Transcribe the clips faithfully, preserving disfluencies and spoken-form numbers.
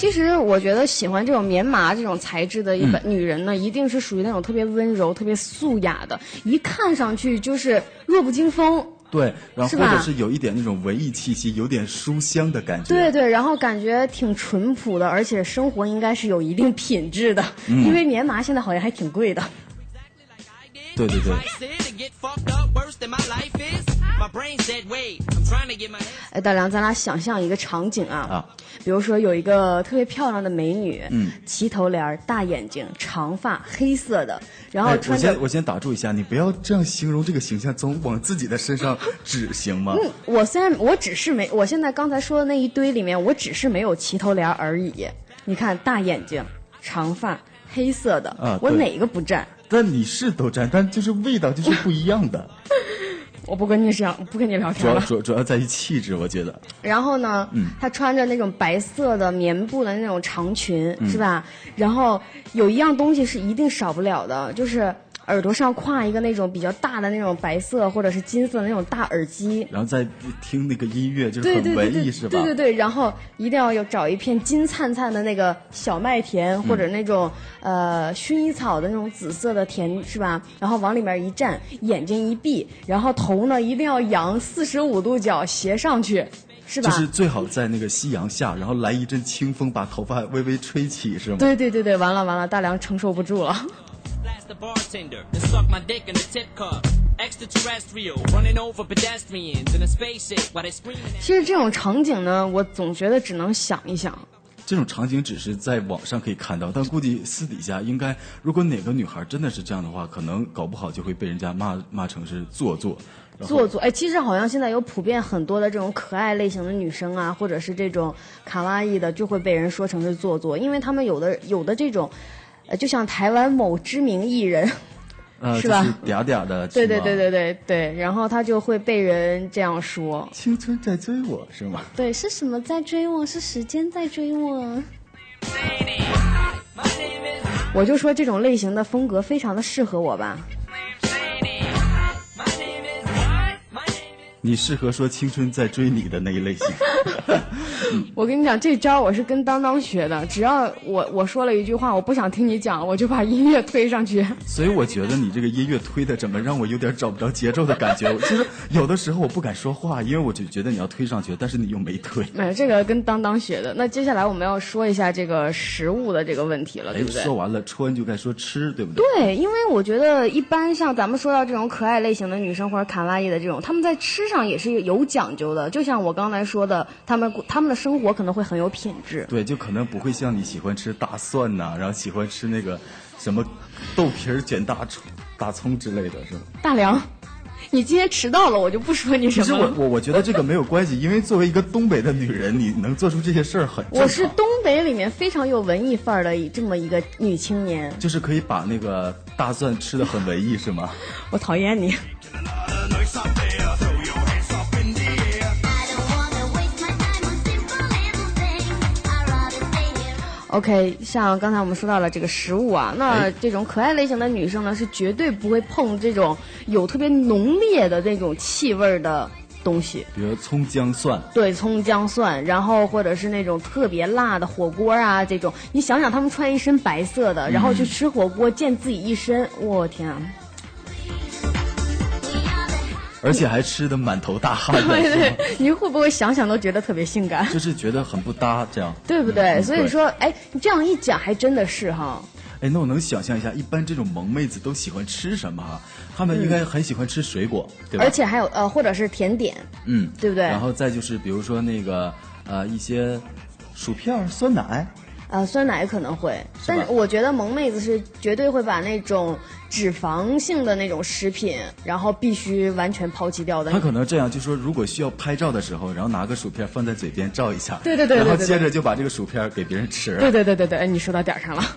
其实我觉得喜欢这种棉麻这种材质的一般女人呢、嗯，一定是属于那种特别温柔、特别素雅的，一看上去就是弱不禁风。 对，然后或者是有一点那种文艺气息，有点书香的感觉。 对对，然后感觉挺淳朴的，而且生活应该是有一定品质的，嗯、因为棉麻现在好像还挺贵的。 对对对。 哎，大梁，咱俩想象一个场景啊， 啊比如说有一个特别漂亮的美女， 嗯， 齐头帘、大眼睛、长发，黑色的，然后穿着、哎、我先我先打住一下，你不要这样形容这个形象，总往自己的身上指行吗？ 嗯，我虽然我只是没，我现在刚才说的那一堆里面，我只是没有齐头帘而已。你看，大眼睛、长发、黑色的， 啊， 我哪个不占？ 但你是都占，但就是味道就是不一样的。 我不跟你讲，不跟你聊天了。 主要主主要在于气质，我觉得。 然后呢， 嗯， 她穿着那种白色的棉布的那种长裙， 嗯、 是吧？然后有一样东西是一定少不了的，就是耳朵上挎一个那种比较大的那种白色或者是金色的那种大耳机， 然后再听那个音乐，就是很文艺，是吧？ 对对对，然后一定要有找一片金灿灿的那个小麦田，嗯、或者那种呃薰衣草的那种紫色的田，是吧？然后往里面一站，眼睛一闭，然后头呢一定要扬四十五度角斜上去。是吧？ 就是最好在那个夕阳下，然后来一阵清风，把头发微微吹起，是吗？ 对对对对，完了完了，大梁承受不住了。其实这种场景呢，我总觉得只能想一想。 这种场景只是在网上可以看到，但估计私底下应该，如果哪个女孩真的是这样的话，可能搞不好就会被人家骂骂成是做作。 做作，哎，其实好像现在有普遍很多的这种可爱类型的女生啊，或者是这种卡哇伊的，就会被人说成是做作，因为他们有的有的这种，呃，就像台湾某知名艺人。 呃， 是吧？ 就是嗲嗲的， 对对对对对对，然后他就会被人这样说：“ 青春在追我，是吗？” 对，是什么在追我？是时间在追我。我就说这种类型的风格非常的适合我吧。 你适合说青春在追你的那一类型。 我跟你讲，这招我是跟当当学的。只要我我说了一句话，我不想听你讲，我就把音乐推上去。 所以我觉得你这个音乐推的怎么让我有点找不着节奏的感觉。其实有的时候我不敢说话，因为我就觉得你要推上去，但是你又没推。 哎，这个跟当当学的。那接下来我们要说一下这个食物的这个问题了，对不对？ 说完了穿就该说吃，对不对？ 对，因为我觉得一般像咱们说到这种可爱类型的女生或者卡哇伊的这种，她们在吃上也是有讲究的。就像我刚才说的，她们她们的生活可能会很有品质。 对，就可能不会像你喜欢吃大蒜呐、啊，然后喜欢吃那个什么豆皮儿卷大葱、大葱之类的，是吧？ 大梁，你今天迟到了，我就不说你什么了。 其实我我我觉得这个没有关系，因为作为一个东北的女人，你能做出这些事儿很正常。 我是东北里面非常有文艺范儿的这么一个女青年， 就是可以把那个大蒜吃得很文艺，是吗？ 我讨厌你。OK， 像刚才我们说到了这个食物啊，那这种可爱类型的女生呢，是绝对不会碰这种有特别浓烈的那种气味的东西， 比如葱姜蒜。 对，葱姜蒜，然后或者是那种特别辣的火锅啊，这种你想想，他们穿一身白色的，然后去吃火锅，溅自己一身，我天啊！ 而且还吃得满头大汗的， 对对，你会不会想想都觉得特别性感？ 就是觉得很不搭，这样对不对？ 嗯、 所以说，哎，你这样一讲，还真的是哈。 哎，那我能想象一下，一般这种萌妹子都喜欢吃什么哈？她们应该很喜欢吃水果，嗯、对吧？ 而且还有呃，或者是甜点， 嗯， 对不对？ 然后再就是比如说那个呃一些薯片、酸奶。 呃，酸奶可能会，但是我觉得萌妹子是绝对会把那种脂肪性的那种食品，然后必须完全抛弃掉的。 他可能这样，就说如果需要拍照的时候，然后拿个薯片放在嘴边照一下， 对对对， 然后接着就把这个薯片给别人吃。 对对对对对，哎，你说到点上了。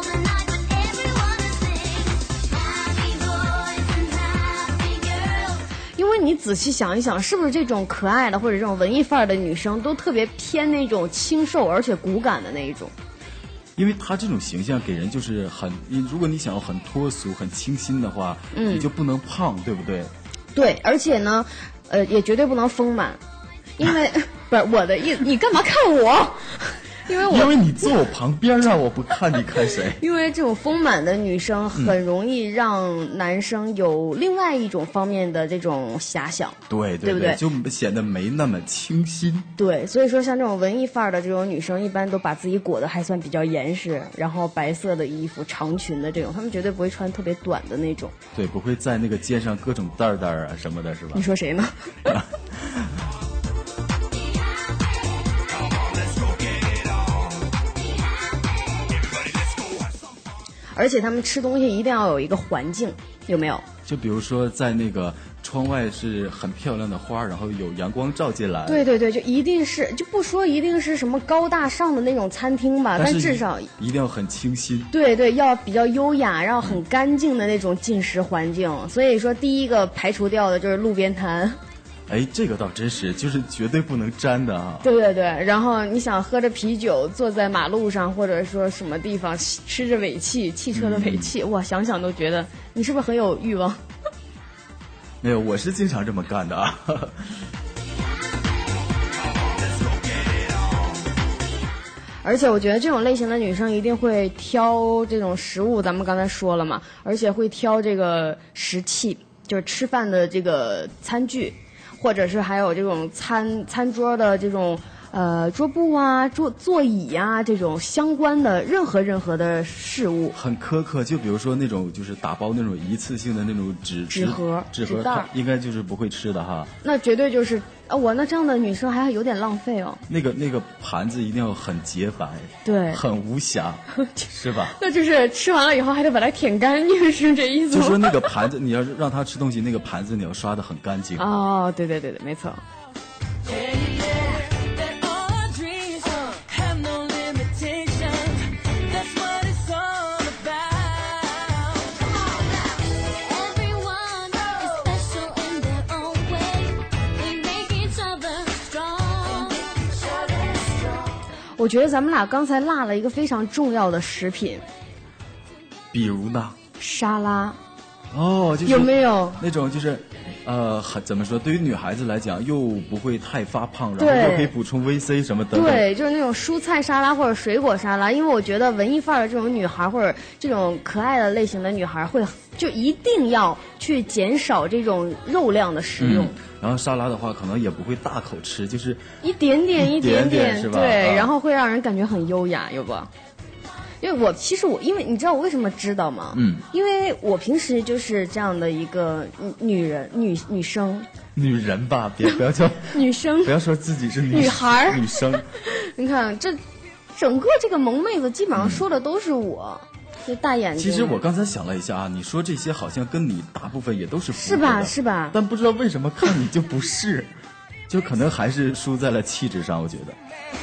因为你仔细想一想，是不是这种可爱的或者这种文艺范儿的女生都特别偏那种清瘦而且骨感的那一种？ 因为她这种形象给人就是很，如果你想要很脱俗、很清新的话，嗯，你就不能胖，对不对？ 对，而且呢，呃，也绝对不能丰满，因为不是我的意思，你干嘛看我？ 因为我因为你坐我旁边啊，我不看你看谁？ 因为这种丰满的女生很容易让男生有另外一种方面的这种遐想， 对对对不对？ 就显得没那么清新。 对，所以说像这种文艺范儿的这种女生，一般都把自己裹得还算比较严实，然后白色的衣服、长裙的这种，她们绝对不会穿特别短的那种。 对，不会在那个肩上各种带儿带儿啊什么的，是吧？ 你说谁呢？而且他们吃东西一定要有一个环境，有没有？ 就比如说在那个窗外是很漂亮的花，然后有阳光照进来。 对对对，就一定是，就不说一定是什么高大上的那种餐厅吧，但至少一定要很清新。 对对，要比较优雅，然后很干净的那种进食环境。所以说，第一个排除掉的就是路边摊。 哎，这个倒真是，就是绝对不能沾的啊！ 对对对，然后你想喝着啤酒，坐在马路上，或者说什么地方吃着尾气，汽车的尾气，嗯、哇，想想都觉得你是不是很有欲望？ 没有，我是经常这么干的啊。 而且我觉得这种类型的女生一定会挑这种食物，咱们刚才说了嘛，而且会挑这个食器，就是吃饭的这个餐具。或者是还有这种餐餐桌的这种呃桌布啊、桌座椅呀、啊、这种相关的任何任何的事物， 很苛刻。就比如说那种就是打包那种一次性的那种纸纸盒、 纸盒袋， 应该就是不会吃的哈。 那绝对就是啊，我那这样的女生还有点浪费哦。 那个那个盘子一定要很洁白， 对， 很无瑕，是吧？ 那就是吃完了以后还得把它舔干净，是这意思吗？ 就说那个盘子，你要让他吃东西，那个盘子你要刷得很干净。 哦，对对对对，没错。我觉得咱们俩刚才落了一个非常重要的食品， 比如呢？ 沙拉。 哦，就是有没有那种就是，呃，很怎么说？对于女孩子来讲，又不会太发胖，然后又可以补充 维 C 什么的。 对，就是那种蔬菜沙拉或者水果沙拉。因为我觉得文艺范儿的这种女孩或者这种可爱的类型的女孩，会就一定要去减少这种肉量的食用。嗯， 然后沙拉的话，可能也不会大口吃，就是一点点一点点，是吧？ 对， 啊、 然后会让人感觉很优雅，有不？因为我其实我，因为你知道我为什么知道吗？ 嗯， 因为我平时就是这样的一个女人、女女生。 女人吧，别不要叫女生， 不要说自己是女女孩女生。 你看这整个这个萌妹子，基本上说的都是我。嗯，这大眼睛。 其实我刚才想了一下啊，你说这些好像跟你大部分也都是符合的， 是吧？是吧？ 但不知道为什么看你就不是，就可能还是输在了气质上，我觉得。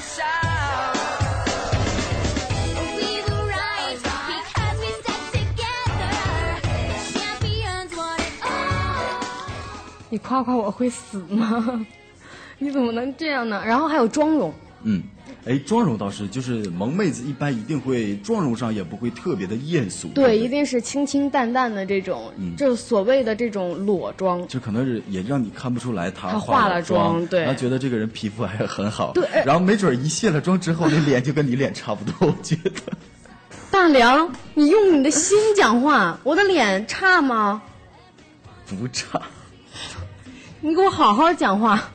你夸夸我会死吗？你怎么能这样呢？然后还有妆容。 嗯。哎，妆容倒是，就是萌妹子一般一定会妆容上也不会特别的艳俗， 对，对，一定是清清淡淡的这种，嗯，就是所谓的这种裸妆， 就可能是也让你看不出来她化了妆，对， 然后觉得这个人皮肤还很好， 对， 然后没准一卸了妆之后，那脸就跟你脸差不多，我觉得。 大梁，你用你的心讲话，我的脸差吗？ 不差。 你给我好好讲话。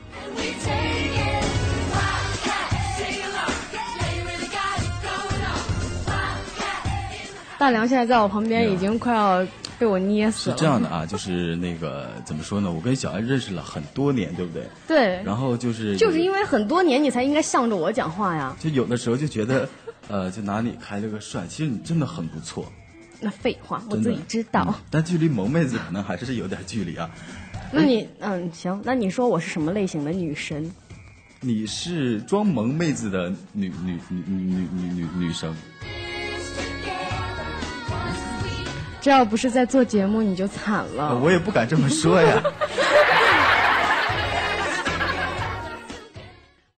大梁现在在我旁边已经快要被我捏死了。 是这样的啊，就是那个怎么说呢？我跟小安认识了很多年，对不对？ 对。 然后就是就是因为很多年，你才应该向着我讲话呀。 就有的时候就觉得，呃，就拿你开了个涮，其实你真的很不错。 那废话，我自己知道。 嗯、但距离萌妹子可能还是有点距离啊。 那你嗯行，那你说我是什么类型的女神？ 你是装萌妹子的女女女女女女女女生。 这要不是在做节目，你就惨了。 我也不敢这么说呀。